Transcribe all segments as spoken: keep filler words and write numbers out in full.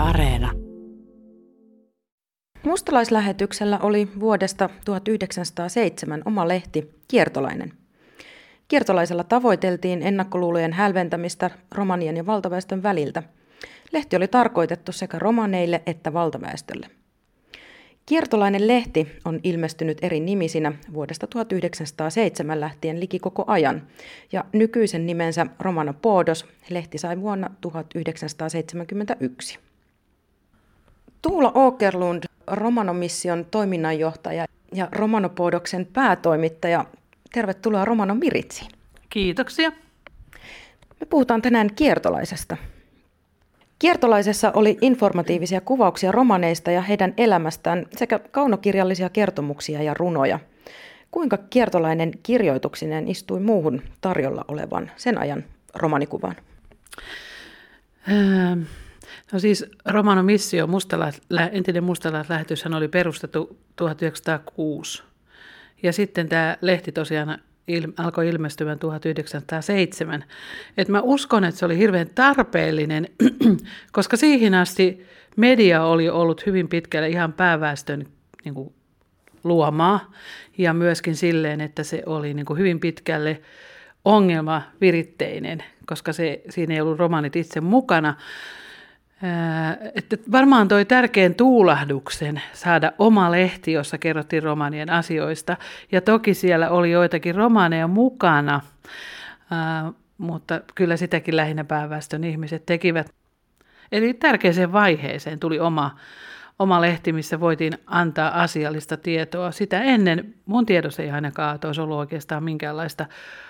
Areena. Mustalaislähetyksellä oli vuodesta tuhatyhdeksänsataaseitsemän oma lehti Kiertolainen. Kiertolaisella tavoiteltiin ennakkoluulojen hälventämistä romanien ja valtaväestön väliltä. Lehti oli tarkoitettu sekä romaneille että valtaväestölle. Kiertolainen lehti on ilmestynyt eri nimisinä vuodesta tuhatyhdeksänsataaseitsemän lähtien liki koko ajan, ja nykyisen nimensä Romano Podos lehti sai vuonna tuhatyhdeksänsataaseitsemänkymmentäyksi. Tuula Åkerlund, Romano-mission toiminnanjohtaja ja Romano Podoksen päätoimittaja. Tervetuloa Romano Miritsiin. Kiitoksia. Me puhutaan tänään Kiertolaisesta. Kiertolaisessa oli informatiivisia kuvauksia romaneista ja heidän elämästään sekä kaunokirjallisia kertomuksia ja runoja. Kuinka Kiertolainen kirjoituksineen istui muuhun tarjolla olevan sen ajan romanikuvaan? Ähm. No siis Romano Missio, mustalais, entinen mustalaislähetyshän oli perustettu tuhatyhdeksänsataakuusi. Ja sitten tämä lehti tosiaan il, alkoi ilmestymään tuhatyhdeksänsataaseitsemän. Et mä uskon, että se oli hirveän tarpeellinen, koska siihen asti media oli ollut hyvin pitkälle ihan pääväestön niin kuin, luomaa. Ja myöskin silleen, että se oli niin kuin, hyvin pitkälle ongelmaviritteinen, koska se, siinä ei ollut romanit itse mukana. Että varmaan toi tärkeän tuulahduksen saada oma lehti, jossa kerrottiin romanien asioista. Ja toki siellä oli joitakin romaneja mukana, ää, mutta kyllä sitäkin lähinnä pääväestön ihmiset tekivät. Eli tärkeäseen vaiheeseen tuli oma, oma lehti, missä voitiin antaa asiallista tietoa. Sitä ennen mun tiedossa ei ainakaan olisi ollut oikeastaan minkäänlaista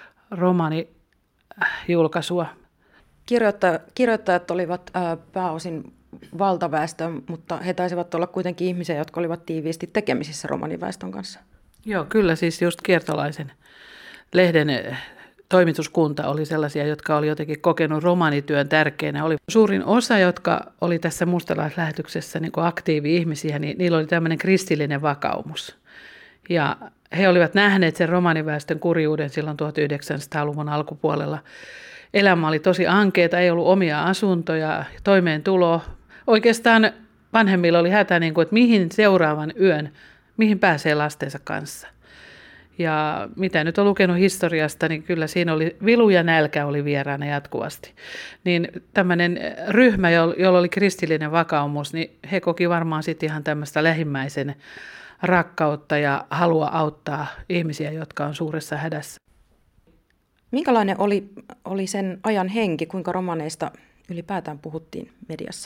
romanijulkaisua. Kirjoittajat, kirjoittajat olivat ää, pääosin valtaväestö, mutta he taisivat olla kuitenkin ihmisiä, jotka olivat tiiviisti tekemisissä romaniväestön kanssa. Joo, kyllä siis just Kiertolaisen lehden toimituskunta oli sellaisia, jotka oli jotenkin kokenut romanityön tärkeänä. Oli suurin osa, jotka oli tässä mustalaislähetyksessä niin kuin aktiivi-ihmisiä, niin niillä oli tämmöinen kristillinen vakaumus. Ja he olivat nähneet sen romaniväestön kurjuuden silloin tuhatyhdeksänsataaluvun alkupuolella. Elämä oli tosi ankeeta, ei ollut omia asuntoja, toimeentulo. Oikeastaan vanhemmilla oli hätä, niin kuin, että mihin seuraavan yön, mihin pääsee lastensa kanssa. Ja mitä nyt on lukenut historiasta, niin kyllä siinä oli vilu ja nälkä oli vieraana jatkuvasti. Niin tämmöinen ryhmä, jolla oli kristillinen vakaumus, niin he koki varmaan sitten ihan tämmöistä lähimmäisen rakkautta ja halua auttaa ihmisiä, jotka on suuressa hädässä. Minkälainen oli, oli sen ajan henki, kuinka romaneista ylipäätään puhuttiin mediassa?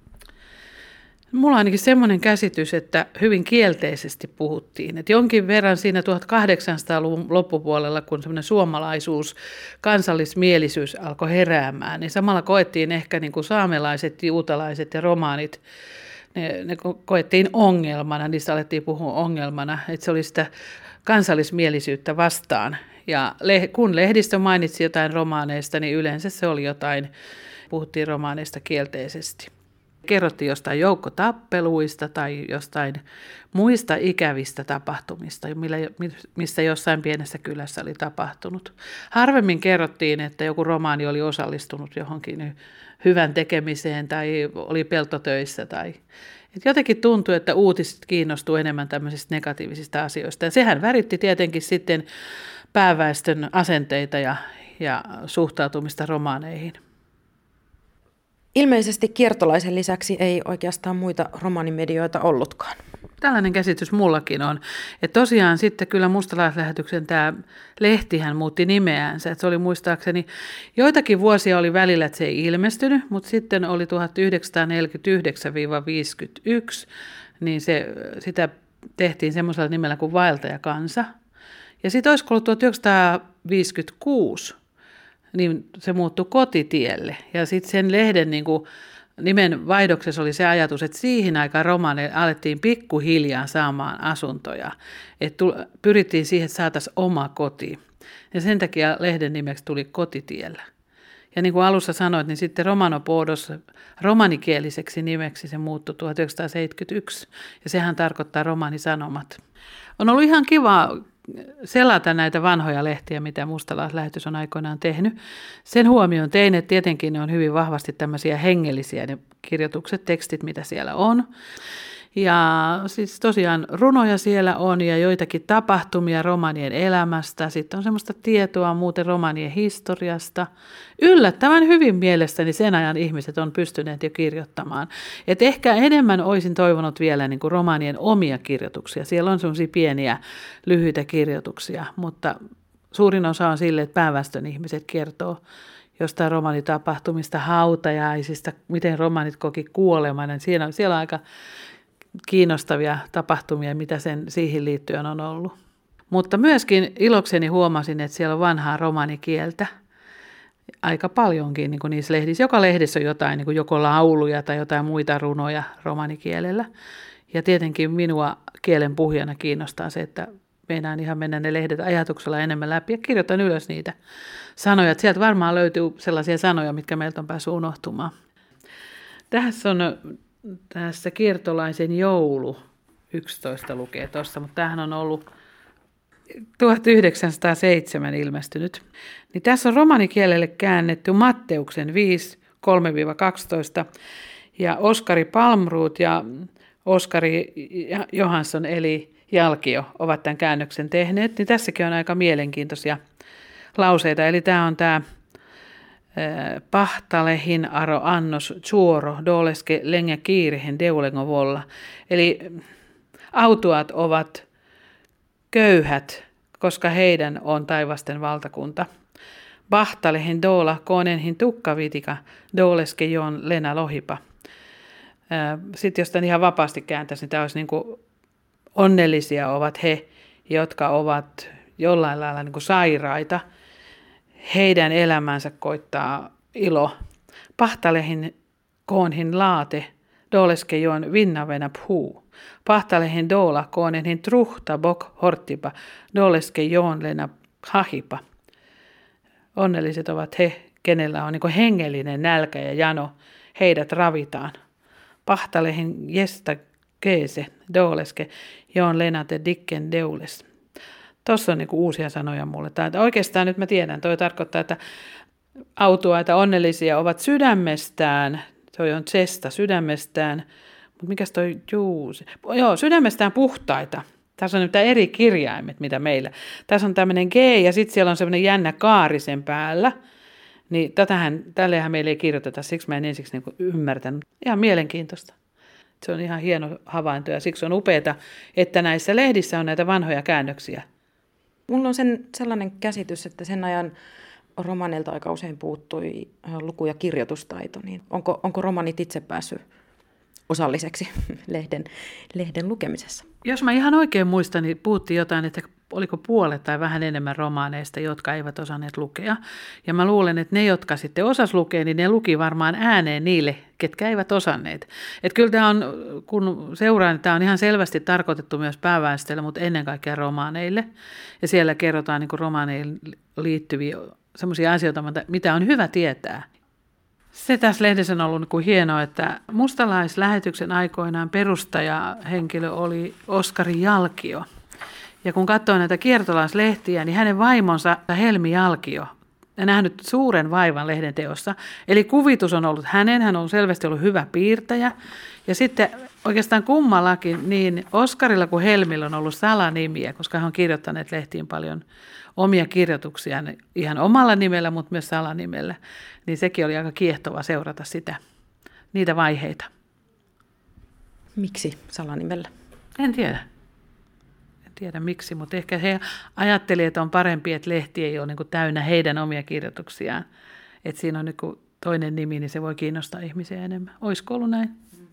Mulla on ainakin semmoinen käsitys, että hyvin kielteisesti puhuttiin. Et jonkin verran siinä tuhatkahdeksansataaluvun loppupuolella, kun semmoinen suomalaisuus, kansallismielisyys alkoi heräämään, niin samalla koettiin ehkä niin kuin saamelaiset, juutalaiset ja romaanit, ne, ne koettiin ongelmana, niistä alettiin puhua ongelmana, että se oli sitä kansallismielisyyttä vastaan. Ja kun lehdistö mainitsi jotain romaaneista, niin yleensä se oli jotain, puhuttiin romaaneista kielteisesti. Kerrottiin jostain joukkotappeluista tai jostain muista ikävistä tapahtumista, missä jossain pienessä kylässä oli tapahtunut. Harvemmin kerrottiin, että joku romaani oli osallistunut johonkin hyvän tekemiseen tai oli peltotöissä. Tai... Et jotenkin tuntui, että uutiset kiinnostuu enemmän tämmöisistä negatiivisista asioista. Ja sehän väritti tietenkin sitten pääväestön asenteita ja, ja suhtautumista romaaneihin. Ilmeisesti Kiertolaisen lisäksi ei oikeastaan muita romaanimedioita ollutkaan. Tällainen käsitys mullakin on. Että tosiaan sitten kyllä mustalaislähetyksen tämä lehtihän muutti nimeänsä. Että se oli muistaakseni, joitakin vuosia oli välillä, että se ei ilmestynyt, mutta sitten oli tuhatyhdeksänsataaneljäkymmentäyhdeksän viisikymmentäyksi, niin se, sitä tehtiin semmoisella nimellä kuin Vaeltaja kansa. Ja sitten olisiko ollut tuhatyhdeksänsataaviisikymmentäkuusi, niin se muuttui Kotitielle. Ja sitten sen lehden niin kuin, nimen vaihdoksessa oli se ajatus, että siihen aikaan romaneille alettiin pikkuhiljaa saamaan asuntoja. Että pyrittiin siihen, että saataisiin oma koti. Ja sen takia lehden nimeksi tuli Kotitiellä. Ja niin kuin alussa sanoit, niin sitten Romano Podos romanikieliseksi nimeksi se muuttui tuhatyhdeksänsataaseitsemänkymmentäyksi. Ja sehän tarkoittaa romanisanomat. On ollut ihan kiva selata näitä vanhoja lehtiä, mitä Mustalaislähetys on aikoinaan tehnyt. Sen huomioon tein, että tietenkin ne on hyvin vahvasti tämmöisiä hengellisiä ne kirjoitukset, tekstit, mitä siellä on. Ja siis tosiaan runoja siellä on ja joitakin tapahtumia romanien elämästä. Sitten on semmoista tietoa muuten romanien historiasta. Yllättävän hyvin mielestäni sen ajan ihmiset on pystyneet jo kirjoittamaan. Et ehkä enemmän olisin toivonut vielä niin kuin romanien omia kirjoituksia. Siellä on semmoisia pieniä lyhyitä kirjoituksia, mutta suurin osa on sille, että pääväestön ihmiset kertoo jostain romanitapahtumista, hautajaisista, miten romanit koki kuoleman. Siellä on, siellä on aika kiinnostavia tapahtumia, mitä sen siihen liittyen on ollut. Mutta myöskin ilokseni huomasin, että siellä on vanhaa romanikieltä aika paljonkin niin kuin niissä lehdissä. Joka lehdessä on jotain, niin kuin joko lauluja tai jotain muita runoja romanikielellä. Ja tietenkin minua kielen puhujana kiinnostaa se, että meinaan ihan mennä ne lehdet ajatuksella enemmän läpi ja kirjoitan ylös niitä sanoja. Että sieltä varmaan löytyy sellaisia sanoja, mitkä meiltä on päässyt unohtumaan. Tässä on tässä Kiertolaisen joulu, yksitoista lukee tuossa, mutta tämähän on ollut tuhatyhdeksänsataaseitsemän ilmestynyt. Niin tässä on romanikielelle käännetty Matteuksen viisi, kolme kaksitoista ja Oskari Palmroth ja Oskari Johansson eli Jalkio ovat tämän käännöksen tehneet. Niin tässäkin on aika mielenkiintoisia lauseita. Eli tämä on tämä pahtalehin aro annos chuoro doleske lenge kiirihen deulengo volla. Eli autuat ovat köyhät, koska heidän on taivasten valtakunta. Pahtalehin dola konenhin tukkavitika doleske jon lena lohipa. Sitten jos tämän ihan vapaasti kääntäisi, niin tämä olisi niin kuin onnellisia ovat he, jotka ovat jollain lailla niin kuin sairaita. Heidän elämänsä koittaa ilo. Pahtalehin koonhin laate, doleske joon vinnavena puu. Pahtalehin doola koonenhin truhta bok hortipa, doleske joon lena hahipa. Onnelliset ovat he, kenellä on niin kuin hengellinen nälkä ja jano. Heidät ravitaan. Pahtalehin jesta keese, doleske joon lenate dikken deules. Tuossa on niinku uusia sanoja mulle. Tai oikeastaan nyt mä tiedän, toi tarkoittaa, että autuaita onnellisia ovat sydämestään, toi on tsesta sydämestään, mutta mikäs toi juusi? Joo, sydämestään puhtaita. Tässä on nyt eri kirjaimet, mitä meillä. Tässä on tämmöinen G ja sitten siellä on semmoinen jännä kaari sen päällä. Niin tätähän, tällehän meillä ei kirjoiteta, siksi mä en ensiksi niinku ymmärtänyt. Ihan mielenkiintoista. Se on ihan hieno havainto ja siksi on upeata, että näissä lehdissä on näitä vanhoja käännöksiä. Mulla on sen sellainen käsitys, että sen ajan romaneilta aika usein puuttui luku- ja kirjoitustaito. Niin onko, onko romanit itse päässyt osalliseksi lehden, lehden lukemisessa? Jos mä ihan oikein muistan, niin puhuttiin jotain, että oliko puolet tai vähän enemmän romaaneista, jotka eivät osanneet lukea. Ja mä luulen, että ne, jotka sitten osas lukea, niin ne luki varmaan ääneen niille, ketkä eivät osanneet. Että kyllä tämä on, kun seuraan, tämä on ihan selvästi tarkoitettu myös pääväestölle, mutta ennen kaikkea romaaneille. Ja siellä kerrotaan niin kuin romaaneihin liittyviä sellaisia asioita, mitä on hyvä tietää. Se tässä lehdessä on ollut niin kuin hienoa, että Mustalaislähetyksen aikoinaan perustajahenkilö oli Oskari Jalkio. Ja kun katsoo näitä kiertolaislehtiä, niin hänen vaimonsa Helmi Jalkio on nähnyt suuren vaivan lehden teossa. Eli kuvitus on ollut hänen, hän on selvästi ollut hyvä piirtäjä. Ja sitten oikeastaan kummallakin, niin Oskarilla kuin Helmillä on ollut salanimiä, koska hän on kirjoittaneet lehtiin paljon omia kirjoituksia ihan omalla nimellä, mutta myös salanimellä. Niin sekin oli aika kiehtova seurata sitä, niitä vaiheita. Miksi salanimellä? En tiedä. Tiedä miksi, mutta ehkä he ajattelivat, että on parempi, että lehti ei ole niin kuin täynnä heidän omia kirjoituksiaan. Että siinä on niin kuin toinen nimi, niin se voi kiinnostaa ihmisiä enemmän. Olisiko ollut näin?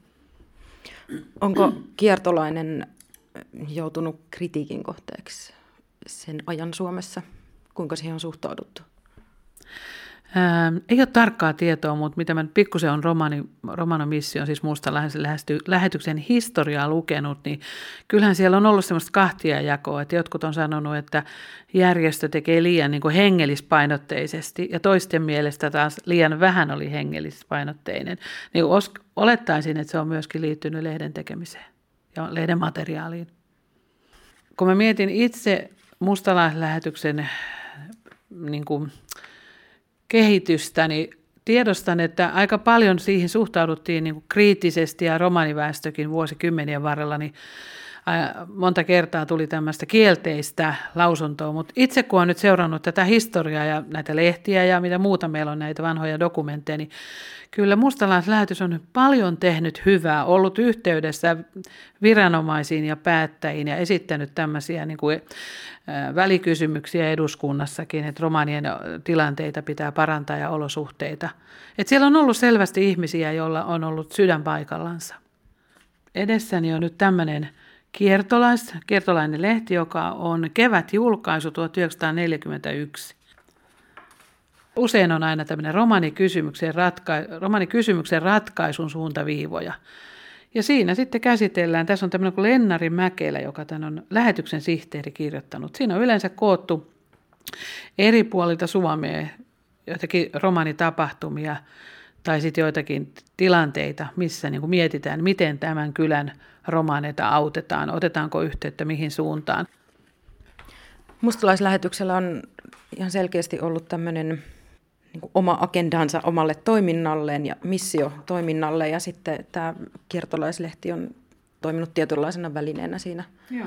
Onko Kiertolainen joutunut kritiikin kohteeksi sen ajan Suomessa? Kuinka siihen on suhtauduttu? Ähm, ei ole tarkkaa tietoa, mutta mitä mä nyt pikkusen on romani, Romanomissio, siis Mustalaisen lähetyksen historiaa lukenut, niin kyllähän siellä on ollut semmoista kahtiajakoa, että jotkut on sanonut, että järjestö tekee liian niin kuin hengellispainotteisesti ja toisten mielestä taas liian vähän oli hengellispainotteinen. Niin olettaisin, että se on myöskin liittynyt lehden tekemiseen ja lehden materiaaliin. Kun mä mietin itse mustalaislähetyksen niin kuin, kehitystä, niin tiedostan, että aika paljon siihen suhtauduttiin niin kuin kriittisesti ja romaniväestökin vuosikymmenien varrella, niin monta kertaa tuli tämmöistä kielteistä lausuntoa, mutta itse kun olen nyt seurannut tätä historiaa ja näitä lehtiä ja mitä muuta meillä on näitä vanhoja dokumentteja, niin kyllä mustalaislähetys on paljon tehnyt hyvää, ollut yhteydessä viranomaisiin ja päättäjiin ja esittänyt tämmöisiä niin kuin välikysymyksiä eduskunnassakin, että romanien tilanteita pitää parantaa ja olosuhteita. Että siellä on ollut selvästi ihmisiä, joilla on ollut sydän paikallansa. Edessäni on nyt tämmöinen Kiertolais, kiertolainen lehti, joka on kevätjulkaisu tuhatyhdeksänsataaneljäkymmentäyksi. Usein on aina tämmöinen romanikysymyksen, ratka- romanikysymyksen ratkaisun suuntaviivoja. Ja siinä sitten käsitellään, tässä on tämmöinen kuin Lennari Mäkelä, joka tämän on lähetyksen sihteeri kirjoittanut. Siinä on yleensä koottu eri puolilta Suomea joitakin romanitapahtumia tai sitten joitakin tilanteita, missä niin kuin mietitään, miten tämän kylän romaneita autetaan, otetaanko yhteyttä mihin suuntaan. Mustalaislähetyksellä on ihan selkeästi ollut tämmöinen niin kuin oma agendansa omalle toiminnalleen ja missiotoiminnalle, ja sitten tämä kiertolaislehti on toiminut tietynlaisena välineenä siinä. Joo.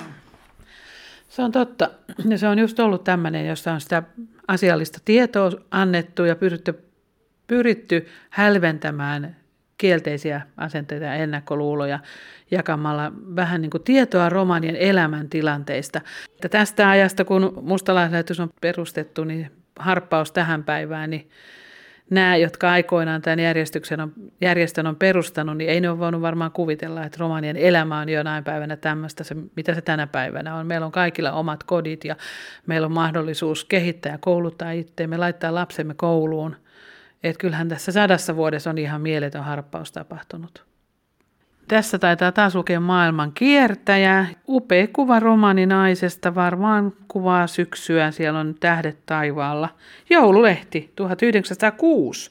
Se on totta. Ja se on just ollut tämmöinen, jossa on sitä asiallista tietoa annettu ja pyritty, pyritty hälventämään kielteisiä asenteita ja ennakkoluuloja jakamalla vähän niin kuin tietoa romanien elämäntilanteista. Ja tästä ajasta, kun mustalaislähetys on perustettu, niin harppaus tähän päivään, niin nämä, jotka aikoinaan tämän järjestyksen on, järjestön on perustanut, niin ei ne ole voinut varmaan kuvitella, että romanien elämä on jonain päivänä tämmöistä, se, mitä se tänä päivänä on. Meillä on kaikilla omat kodit ja meillä on mahdollisuus kehittää ja kouluttaa itseämme, laittaa lapsemme kouluun. Että kyllähän tässä sadassa vuodessa on ihan mieletön harppaus tapahtunut. Tässä taitaa taas lukea maailman kiertäjä. Upea kuva romaninaisesta, varmaan kuvaa syksyä. Siellä on tähdet taivaalla. Joululehti tuhatyhdeksänsataakuusi.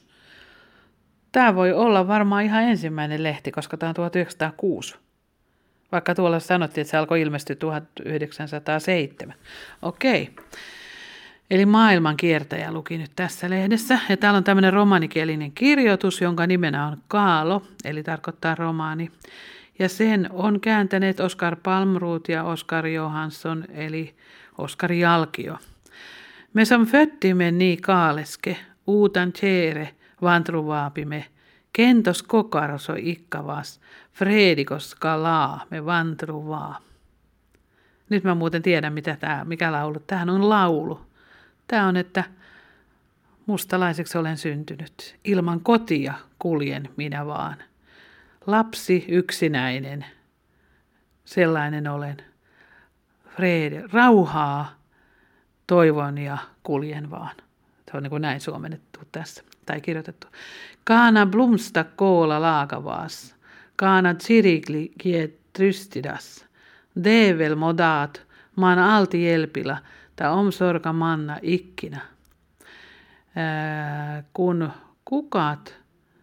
Tämä voi olla varmaan ihan ensimmäinen lehti, koska tämä on tuhatyhdeksänsataakuusi. Vaikka tuolla sanottiin, että se alkoi ilmestyä tuhatyhdeksänsataaseitsemän. Okei. Eli maailman kiertäjä luki nyt tässä lehdessä. Ja täällä on tämmöinen romanikielinen kirjoitus, jonka nimenä on Kaalo, eli tarkoittaa romaani. Ja sen on kääntäneet Oskar Palmroth ja Oskar Johansson, eli Oskar Jalkio. Me som föttimme ni kaaleske, utan tjere vantruvaapime, kentos kokaroso ikkavas, fredikos kalaa me vantruvaa. Nyt mä muuten tiedän, mitä tää, mikä laulu. Tämähän on laulu. Tämä on, että mustalaiseksi olen syntynyt. Ilman kotia kuljen minä vaan. Lapsi yksinäinen, sellainen olen. Fred, rauhaa toivon ja kuljen vaan. Se on niin kuin näin suomennettu tässä, tai kirjoitettu. Kaana blomsta koola laakavaas. Kaana tsirikli kiet trystidas. Devel modaat, maan alti jelpila. Tämä omsorga manna ikkinä. Ää, kun kukat,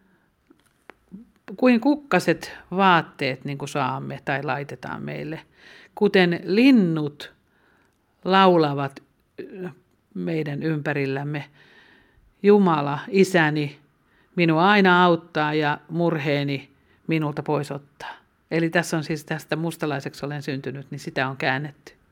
kuin kukkaset vaatteet niin kuin saamme tai laitetaan meille, kuten linnut laulavat meidän ympärillämme. Jumala, isäni, minua aina auttaa ja murheeni minulta pois ottaa. Eli tässä on siis tästä mustalaiseksi olen syntynyt, niin sitä on käännetty.